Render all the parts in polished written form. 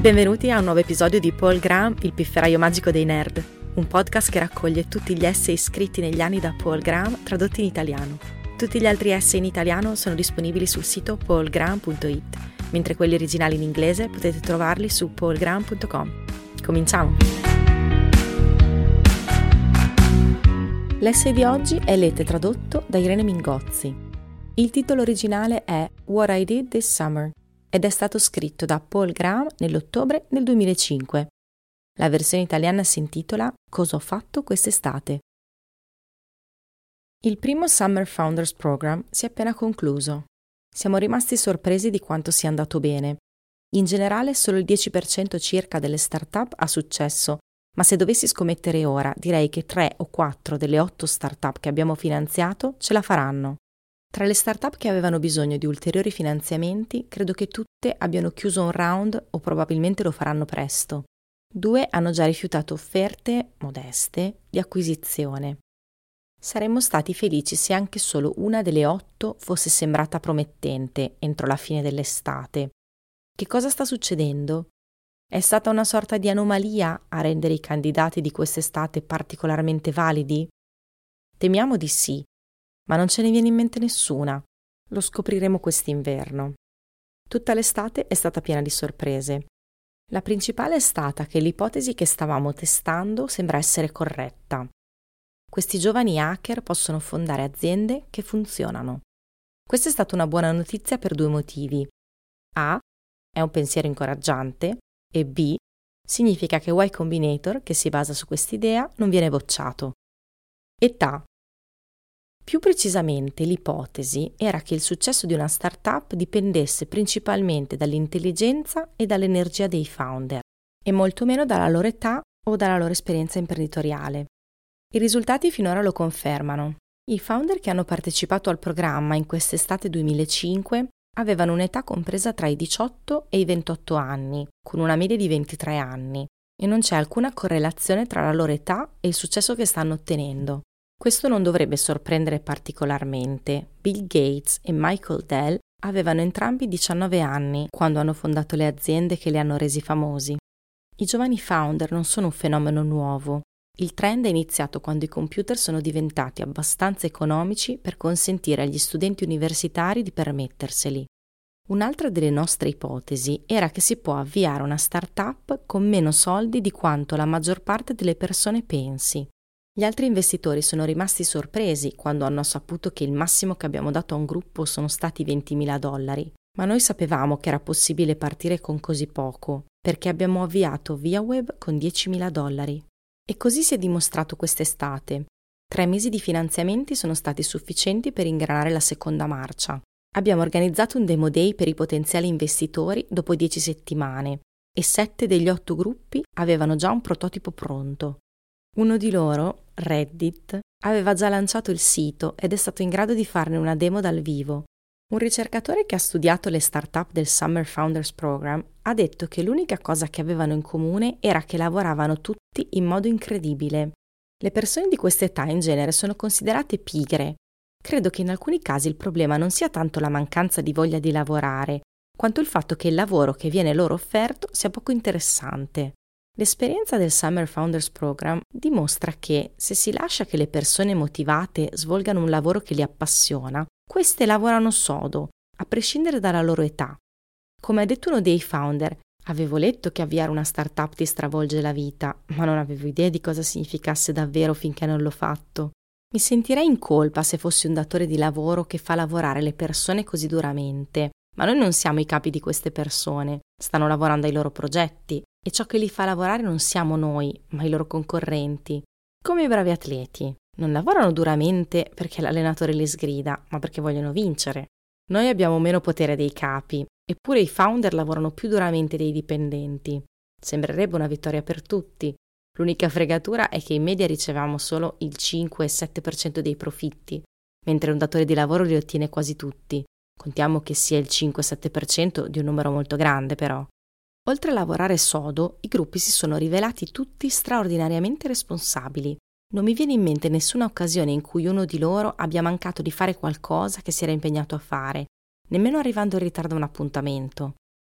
Benvenuti a un nuovo episodio di Paul Graham, il pifferaio magico dei nerd, un podcast che raccoglie tutti gli essay scritti negli anni da Paul Graham tradotti in italiano. Tutti gli altri essay in italiano sono disponibili sul sito paulgraham.it, mentre quelli originali in inglese potete trovarli su paulgraham.com. Cominciamo! L'essay di oggi è letto e tradotto da Irene Mingozzi. Il titolo originale è What I Did This Summer ed è stato scritto da Paul Graham nell'ottobre del 2005. La versione italiana si intitola Cosa ho fatto quest'estate. Il primo Summer Founders Program si è appena concluso. Siamo rimasti sorpresi di quanto sia andato bene. In generale solo il 10% circa delle start-up ha successo, ma se dovessi scommettere ora direi che 3 o 4 delle 8 start-up che abbiamo finanziato ce la faranno. Tra le start-up che avevano bisogno di ulteriori finanziamenti, credo che tutte abbiano chiuso un round o probabilmente lo faranno presto. 2 hanno già rifiutato offerte, modeste, di acquisizione. Saremmo stati felici se anche solo una delle 8 fosse sembrata promettente entro la fine dell'estate. Che cosa sta succedendo? È stata una sorta di anomalia a rendere i candidati di quest'estate particolarmente validi? Temiamo di sì. Ma non ce ne viene in mente nessuna. Lo scopriremo quest'inverno. Tutta l'estate è stata piena di sorprese. La principale è stata che l'ipotesi che stavamo testando sembra essere corretta. Questi giovani hacker possono fondare aziende che funzionano. Questa è stata una buona notizia per 2 motivi. A. È un pensiero incoraggiante e B. Significa che Y Combinator, che si basa su quest'idea, non viene bocciato. Età. Più precisamente, l'ipotesi era che il successo di una startup dipendesse principalmente dall'intelligenza e dall'energia dei founder, e molto meno dalla loro età o dalla loro esperienza imprenditoriale. I risultati finora lo confermano. I founder che hanno partecipato al programma in quest'estate 2005 avevano un'età compresa tra i 18 e i 28 anni, con una media di 23 anni, e non c'è alcuna correlazione tra la loro età e il successo che stanno ottenendo. Questo non dovrebbe sorprendere particolarmente. Bill Gates e Michael Dell avevano entrambi 19 anni quando hanno fondato le aziende che li hanno resi famosi. I giovani founder non sono un fenomeno nuovo. Il trend è iniziato quando i computer sono diventati abbastanza economici per consentire agli studenti universitari di permetterseli. Un'altra delle nostre ipotesi era che si può avviare una startup con meno soldi di quanto la maggior parte delle persone pensi. Gli altri investitori sono rimasti sorpresi quando hanno saputo che il massimo che abbiamo dato a un gruppo sono stati $20.000, ma noi sapevamo che era possibile partire con così poco, perché abbiamo avviato ViaWeb con $10.000. E così si è dimostrato quest'estate. 3 mesi di finanziamenti sono stati sufficienti per ingranare la seconda marcia. Abbiamo organizzato un demo day per i potenziali investitori dopo 10 settimane e 7 degli 8 gruppi avevano già un prototipo pronto. Uno di loro, Reddit, aveva già lanciato il sito ed è stato in grado di farne una demo dal vivo. Un ricercatore che ha studiato le startup del Summer Founders Program ha detto che l'unica cosa che avevano in comune era che lavoravano tutti in modo incredibile. Le persone di questa età in genere sono considerate pigre. Credo che in alcuni casi il problema non sia tanto la mancanza di voglia di lavorare, quanto il fatto che il lavoro che viene loro offerto sia poco interessante. L'esperienza del Summer Founders Program dimostra che se si lascia che le persone motivate svolgano un lavoro che li appassiona, queste lavorano sodo, a prescindere dalla loro età. Come ha detto uno dei founder, avevo letto che avviare una startup ti stravolge la vita, ma non avevo idea di cosa significasse davvero finché non l'ho fatto. Mi sentirei in colpa se fossi un datore di lavoro che fa lavorare le persone così duramente, ma noi non siamo i capi di queste persone, stanno lavorando ai loro progetti. E ciò che li fa lavorare non siamo noi, ma i loro concorrenti. Come i bravi atleti. Non lavorano duramente perché l'allenatore li sgrida, ma perché vogliono vincere. Noi abbiamo meno potere dei capi, eppure i founder lavorano più duramente dei dipendenti. Sembrerebbe una vittoria per tutti. L'unica fregatura è che in media riceviamo solo il 5-7% dei profitti, mentre un datore di lavoro li ottiene quasi tutti. Contiamo che sia il 5-7% di un numero molto grande, però. Oltre a lavorare sodo, i gruppi si sono rivelati tutti straordinariamente responsabili. Non mi viene in mente nessuna occasione in cui uno di loro abbia mancato di fare qualcosa che si era impegnato a fare, nemmeno arrivando in ritardo a un appuntamento.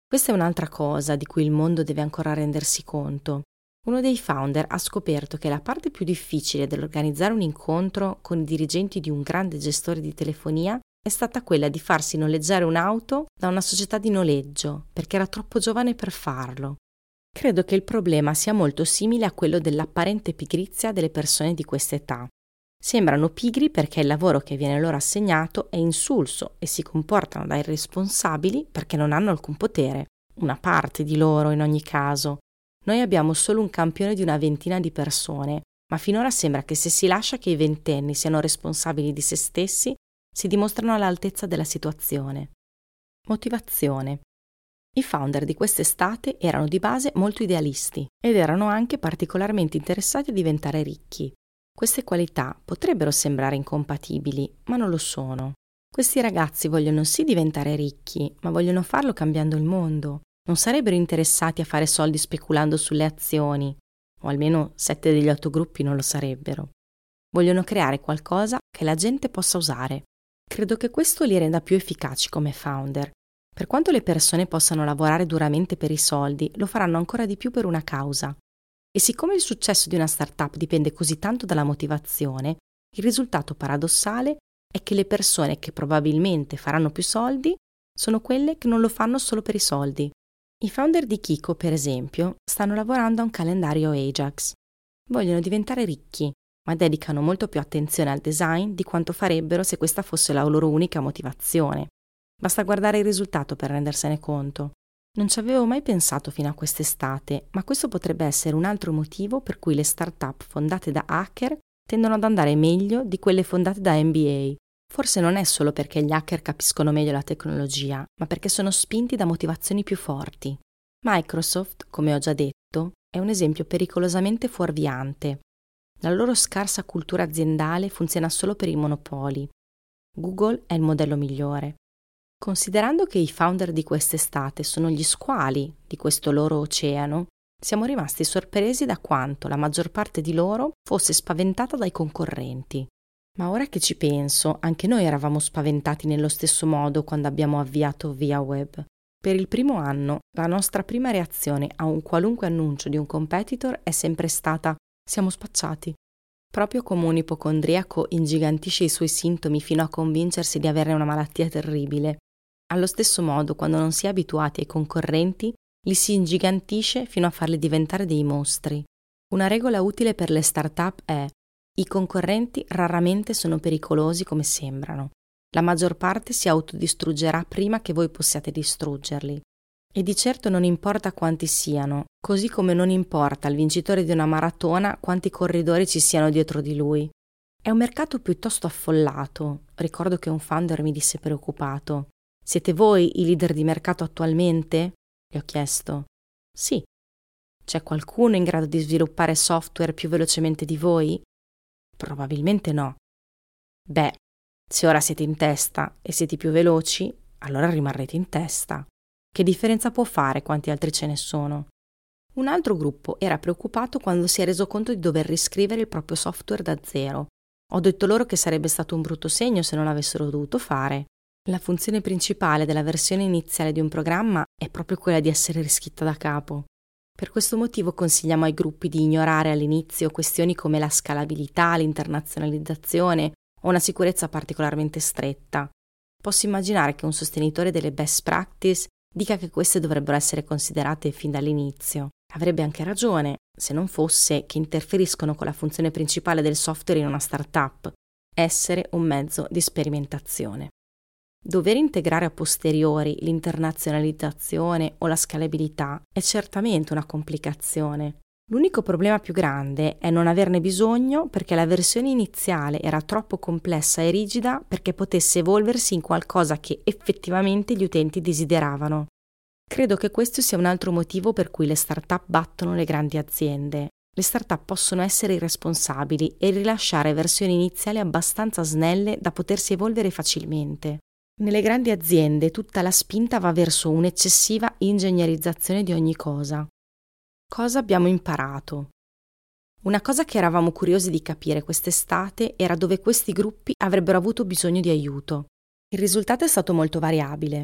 Questa è un'altra cosa di cui il mondo deve ancora rendersi conto. Uno dei founder ha scoperto che la parte più difficile dell'organizzare un incontro con i dirigenti di un grande gestore di telefonia è stata quella di farsi noleggiare un'auto da una società di noleggio, perché era troppo giovane per farlo. Credo che il problema sia molto simile a quello dell'apparente pigrizia delle persone di questa età. Sembrano pigri perché il lavoro che viene loro assegnato è insulso e si comportano da irresponsabili perché non hanno alcun potere, una parte di loro in ogni caso. Noi abbiamo solo un campione di una ventina di persone, ma finora sembra che se si lascia che i ventenni siano responsabili di se stessi, si dimostrano all'altezza della situazione. Motivazione. I founder di quest'estate erano di base molto idealisti ed erano anche particolarmente interessati a diventare ricchi. Queste qualità potrebbero sembrare incompatibili, ma non lo sono. Questi ragazzi vogliono sì diventare ricchi, ma vogliono farlo cambiando il mondo. Non sarebbero interessati a fare soldi speculando sulle azioni, o almeno 7 degli 8 gruppi non lo sarebbero. Vogliono creare qualcosa che la gente possa usare. Credo che questo li renda più efficaci come founder. Per quanto le persone possano lavorare duramente per i soldi, lo faranno ancora di più per una causa. E siccome il successo di una startup dipende così tanto dalla motivazione, il risultato paradossale è che le persone che probabilmente faranno più soldi sono quelle che non lo fanno solo per i soldi. I founder di Kiko, per esempio, stanno lavorando a un calendario Ajax. Vogliono diventare ricchi, ma dedicano molto più attenzione al design di quanto farebbero se questa fosse la loro unica motivazione. Basta guardare il risultato per rendersene conto. Non ci avevo mai pensato fino a quest'estate, ma questo potrebbe essere un altro motivo per cui le start-up fondate da hacker tendono ad andare meglio di quelle fondate da MBA. Forse non è solo perché gli hacker capiscono meglio la tecnologia, ma perché sono spinti da motivazioni più forti. Microsoft, come ho già detto, è un esempio pericolosamente fuorviante. La loro scarsa cultura aziendale funziona solo per i monopoli. Google è il modello migliore. Considerando che i founder di quest'estate sono gli squali di questo loro oceano, siamo rimasti sorpresi da quanto la maggior parte di loro fosse spaventata dai concorrenti. Ma ora che ci penso, anche noi eravamo spaventati nello stesso modo quando abbiamo avviato ViaWeb. Per il primo anno, la nostra prima reazione a un qualunque annuncio di un competitor è sempre stata «siamo spacciati». Proprio come un ipocondriaco ingigantisce i suoi sintomi fino a convincersi di avere una malattia terribile. Allo stesso modo, quando non si è abituati ai concorrenti, li si ingigantisce fino a farli diventare dei mostri. Una regola utile per le start-up è: i concorrenti raramente sono pericolosi come sembrano. La maggior parte si autodistruggerà prima che voi possiate distruggerli. E di certo non importa quanti siano, così come non importa al vincitore di una maratona quanti corridori ci siano dietro di lui. È un mercato piuttosto affollato. Ricordo che un founder mi disse preoccupato: «Siete voi i leader di mercato attualmente?» Gli ho chiesto. «Sì». «C'è qualcuno in grado di sviluppare software più velocemente di voi?» «Probabilmente no». «Beh, se ora siete in testa e siete più veloci, allora rimarrete in testa. Che differenza può fare quanti altri ce ne sono?» Un altro gruppo era preoccupato quando si è reso conto di dover riscrivere il proprio software da zero. Ho detto loro che sarebbe stato un brutto segno se non l'avessero dovuto fare. La funzione principale della versione iniziale di un programma è proprio quella di essere riscritta da capo. Per questo motivo consigliamo ai gruppi di ignorare all'inizio questioni come la scalabilità, l'internazionalizzazione o una sicurezza particolarmente stretta. Posso immaginare che un sostenitore delle best practice dica che queste dovrebbero essere considerate fin dall'inizio. Avrebbe anche ragione, se non fosse che interferiscono con la funzione principale del software in una startup: essere un mezzo di sperimentazione. Dover integrare a posteriori l'internazionalizzazione o la scalabilità è certamente una complicazione. L'unico problema più grande è non averne bisogno, perché la versione iniziale era troppo complessa e rigida perché potesse evolversi in qualcosa che effettivamente gli utenti desideravano. Credo che questo sia un altro motivo per cui le start-up battono le grandi aziende. Le start-up possono essere irresponsabili e rilasciare versioni iniziali abbastanza snelle da potersi evolvere facilmente. Nelle grandi aziende tutta la spinta va verso un'eccessiva ingegnerizzazione di ogni cosa. Cosa abbiamo imparato? Una cosa che eravamo curiosi di capire quest'estate era dove questi gruppi avrebbero avuto bisogno di aiuto. Il risultato è stato molto variabile.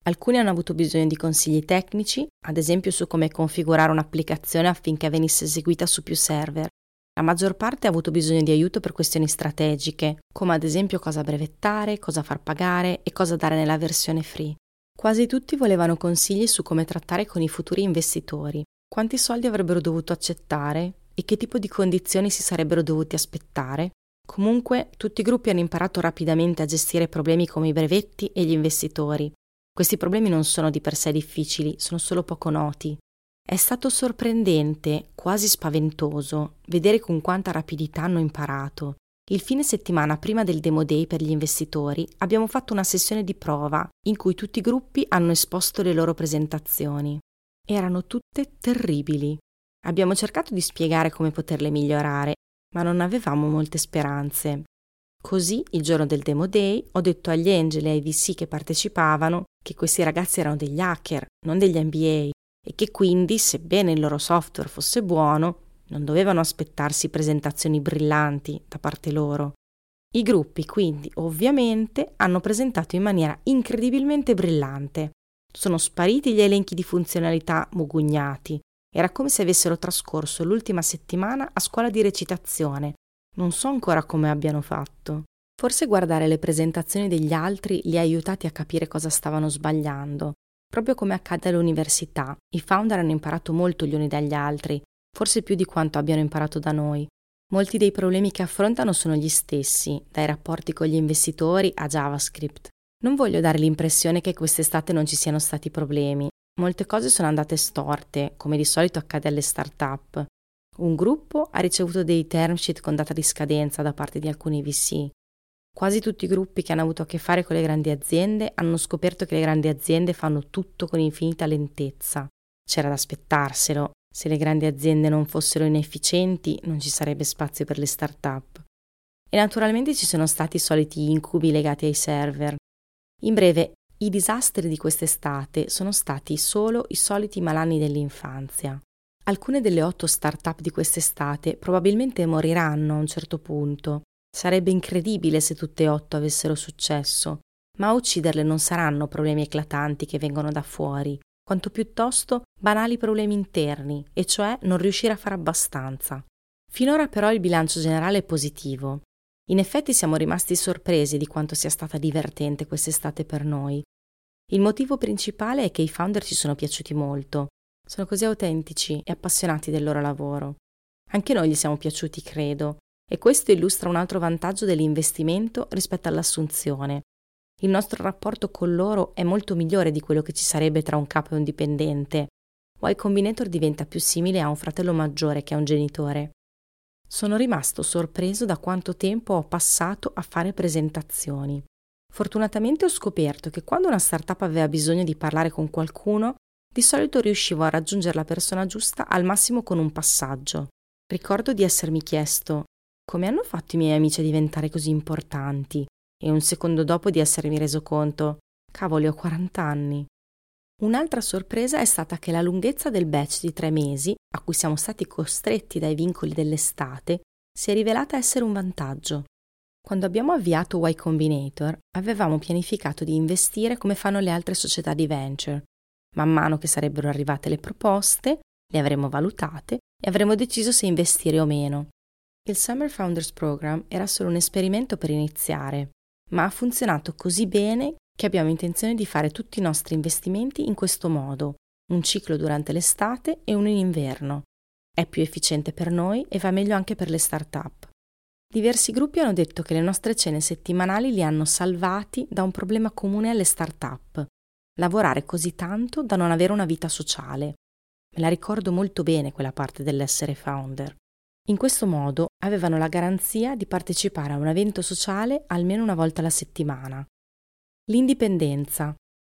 Alcuni hanno avuto bisogno di consigli tecnici, ad esempio su come configurare un'applicazione affinché venisse eseguita su più server. La maggior parte ha avuto bisogno di aiuto per questioni strategiche, come ad esempio cosa brevettare, cosa far pagare e cosa dare nella versione free. Quasi tutti volevano consigli su come trattare con i futuri investitori, quanti soldi avrebbero dovuto accettare e che tipo di condizioni si sarebbero dovuti aspettare. Comunque, tutti i gruppi hanno imparato rapidamente a gestire problemi come i brevetti e gli investitori. Questi problemi non sono di per sé difficili, sono solo poco noti. È stato sorprendente, quasi spaventoso, vedere con quanta rapidità hanno imparato. Il fine settimana prima del Demo Day per gli investitori abbiamo fatto una sessione di prova in cui tutti i gruppi hanno esposto le loro presentazioni. Erano tutte terribili. Abbiamo cercato di spiegare come poterle migliorare, ma non avevamo molte speranze. Così, il giorno del Demo Day, ho detto agli Angel e ai VC che partecipavano che questi ragazzi erano degli hacker, non degli MBA, e che quindi, sebbene il loro software fosse buono, non dovevano aspettarsi presentazioni brillanti da parte loro. I gruppi, quindi, ovviamente, hanno presentato in maniera incredibilmente brillante. Sono spariti gli elenchi di funzionalità mugugnati. Era come se avessero trascorso l'ultima settimana a scuola di recitazione. Non so ancora come abbiano fatto. Forse guardare le presentazioni degli altri li ha aiutati a capire cosa stavano sbagliando. Proprio come accade all'università, i founder hanno imparato molto gli uni dagli altri, forse più di quanto abbiano imparato da noi. Molti dei problemi che affrontano sono gli stessi, dai rapporti con gli investitori a JavaScript. Non voglio dare l'impressione che quest'estate non ci siano stati problemi. Molte cose sono andate storte, come di solito accade alle start-up. Un gruppo ha ricevuto dei term sheet con data di scadenza da parte di alcuni VC. Quasi tutti i gruppi che hanno avuto a che fare con le grandi aziende hanno scoperto che le grandi aziende fanno tutto con infinita lentezza. C'era da aspettarselo. Se le grandi aziende non fossero inefficienti, non ci sarebbe spazio per le start-up. E naturalmente ci sono stati i soliti incubi legati ai server. In breve, i disastri di quest'estate sono stati solo i soliti malanni dell'infanzia. Alcune delle 8 start-up di quest'estate probabilmente moriranno a un certo punto. Sarebbe incredibile se tutte e 8 avessero successo, ma a ucciderle non saranno problemi eclatanti che vengono da fuori, quanto piuttosto banali problemi interni, e cioè non riuscire a fare abbastanza. Finora però il bilancio generale è positivo. In effetti siamo rimasti sorpresi di quanto sia stata divertente quest'estate per noi. Il motivo principale è che i founder ci sono piaciuti molto. Sono così autentici e appassionati del loro lavoro. Anche noi gli siamo piaciuti, credo, e questo illustra un altro vantaggio dell'investimento rispetto all'assunzione. Il nostro rapporto con loro è molto migliore di quello che ci sarebbe tra un capo e un dipendente. Y Combinator diventa più simile a un fratello maggiore che a un genitore. Sono rimasto sorpreso da quanto tempo ho passato a fare presentazioni. Fortunatamente ho scoperto che quando una startup aveva bisogno di parlare con qualcuno, di solito riuscivo a raggiungere la persona giusta al massimo con un passaggio. Ricordo di essermi chiesto: come hanno fatto i miei amici a diventare così importanti? E un secondo dopo di essermi reso conto: cavoli, ho 40 anni. Un'altra sorpresa è stata che la lunghezza del batch di 3 mesi, a cui siamo stati costretti dai vincoli dell'estate, si è rivelata essere un vantaggio. Quando abbiamo avviato Y Combinator, avevamo pianificato di investire come fanno le altre società di venture. Man mano che sarebbero arrivate le proposte, le avremmo valutate e avremmo deciso se investire o meno. Il Summer Founders Program era solo un esperimento per iniziare, ma ha funzionato così bene che abbiamo intenzione di fare tutti i nostri investimenti in questo modo, un ciclo durante l'estate e uno in inverno. È più efficiente per noi e va meglio anche per le start-up. Diversi gruppi hanno detto che le nostre cene settimanali li hanno salvati da un problema comune alle start-up: lavorare così tanto da non avere una vita sociale. Me la ricordo molto bene quella parte dell'essere founder. In questo modo avevano la garanzia di partecipare a un evento sociale almeno una volta alla settimana. L'indipendenza.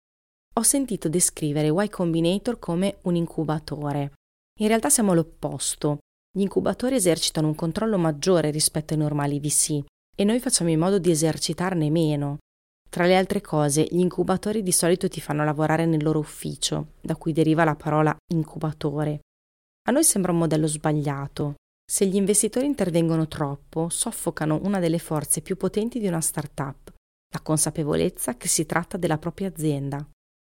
Ho sentito descrivere Y Combinator come un incubatore. In realtà siamo l'opposto. Gli incubatori esercitano un controllo maggiore rispetto ai normali VC e noi facciamo in modo di esercitarne meno. Tra le altre cose, gli incubatori di solito ti fanno lavorare nel loro ufficio, da cui deriva la parola incubatore. A noi sembra un modello sbagliato. Se gli investitori intervengono troppo, soffocano una delle forze più potenti di una startup: la consapevolezza che si tratta della propria azienda.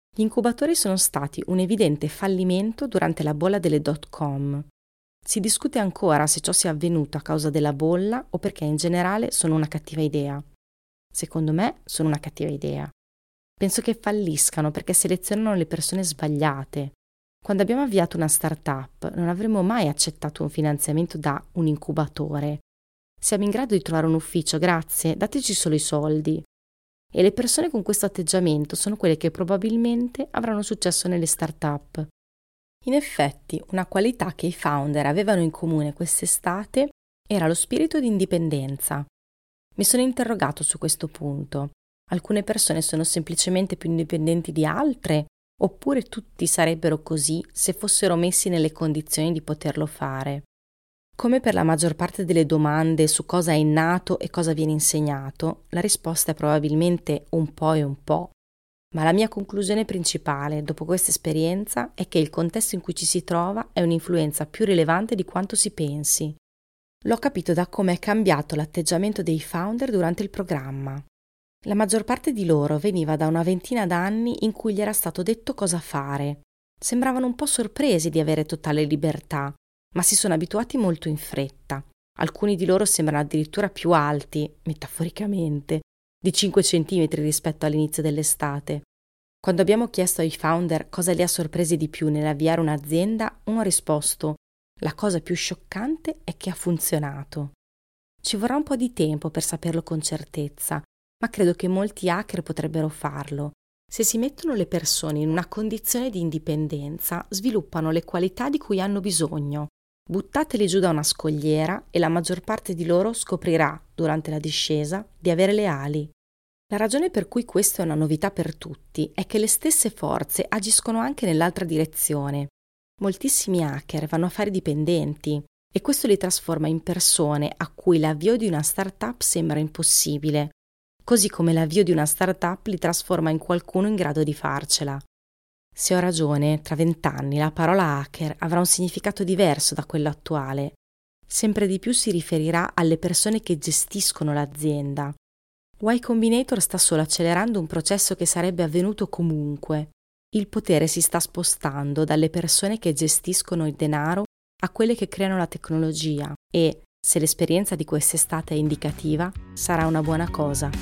Gli incubatori sono stati un evidente fallimento durante la bolla delle .com. Si discute ancora se ciò sia avvenuto a causa della bolla o perché in generale sono una cattiva idea. Secondo me sono una cattiva idea. Penso che falliscano perché selezionano le persone sbagliate. Quando abbiamo avviato una startup non avremmo mai accettato un finanziamento da un incubatore. Siamo in grado di trovare un ufficio, grazie, dateci solo i soldi. E le persone con questo atteggiamento sono quelle che probabilmente avranno successo nelle startup. In effetti, una qualità che i founder avevano in comune quest'estate era lo spirito di indipendenza. Mi sono interrogato su questo punto. Alcune persone sono semplicemente più indipendenti di altre, oppure tutti sarebbero così se fossero messi nelle condizioni di poterlo fare. Come per la maggior parte delle domande su cosa è innato e cosa viene insegnato, la risposta è probabilmente un po' e un po'. Ma la mia conclusione principale, dopo questa esperienza, è che il contesto in cui ci si trova è un'influenza più rilevante di quanto si pensi. L'ho capito da come è cambiato l'atteggiamento dei founder durante il programma. La maggior parte di loro veniva da una ventina d'anni in cui gli era stato detto cosa fare. Sembravano un po' sorpresi di avere totale libertà, ma si sono abituati molto in fretta. Alcuni di loro sembrano addirittura più alti, metaforicamente, di 5 centimetri rispetto all'inizio dell'estate. Quando abbiamo chiesto ai founder cosa li ha sorpresi di più nell'avviare un'azienda, uno ha risposto: la cosa più scioccante è che ha funzionato. Ci vorrà un po' di tempo per saperlo con certezza, ma credo che molti hacker potrebbero farlo. Se si mettono le persone in una condizione di indipendenza, sviluppano le qualità di cui hanno bisogno. Buttateli giù da una scogliera e la maggior parte di loro scoprirà, durante la discesa, di avere le ali. La ragione per cui questo è una novità per tutti è che le stesse forze agiscono anche nell'altra direzione. Moltissimi hacker vanno a fare dipendenti e questo li trasforma in persone a cui l'avvio di una startup sembra impossibile, così come l'avvio di una startup li trasforma in qualcuno in grado di farcela. Se ho ragione, tra 20 anni la parola hacker avrà un significato diverso da quello attuale. Sempre di più si riferirà alle persone che gestiscono l'azienda. Y Combinator sta solo accelerando un processo che sarebbe avvenuto comunque. Il potere si sta spostando dalle persone che gestiscono il denaro a quelle che creano la tecnologia e, se l'esperienza di quest'estate è indicativa, sarà una buona cosa.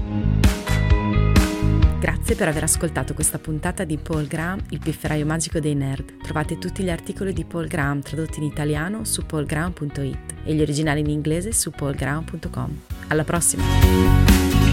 Grazie per aver ascoltato questa puntata di Paul Graham, il pifferaio magico dei nerd. Trovate tutti gli articoli di Paul Graham tradotti in italiano su paulgraham.it e gli originali in inglese su paulgraham.com. Alla prossima!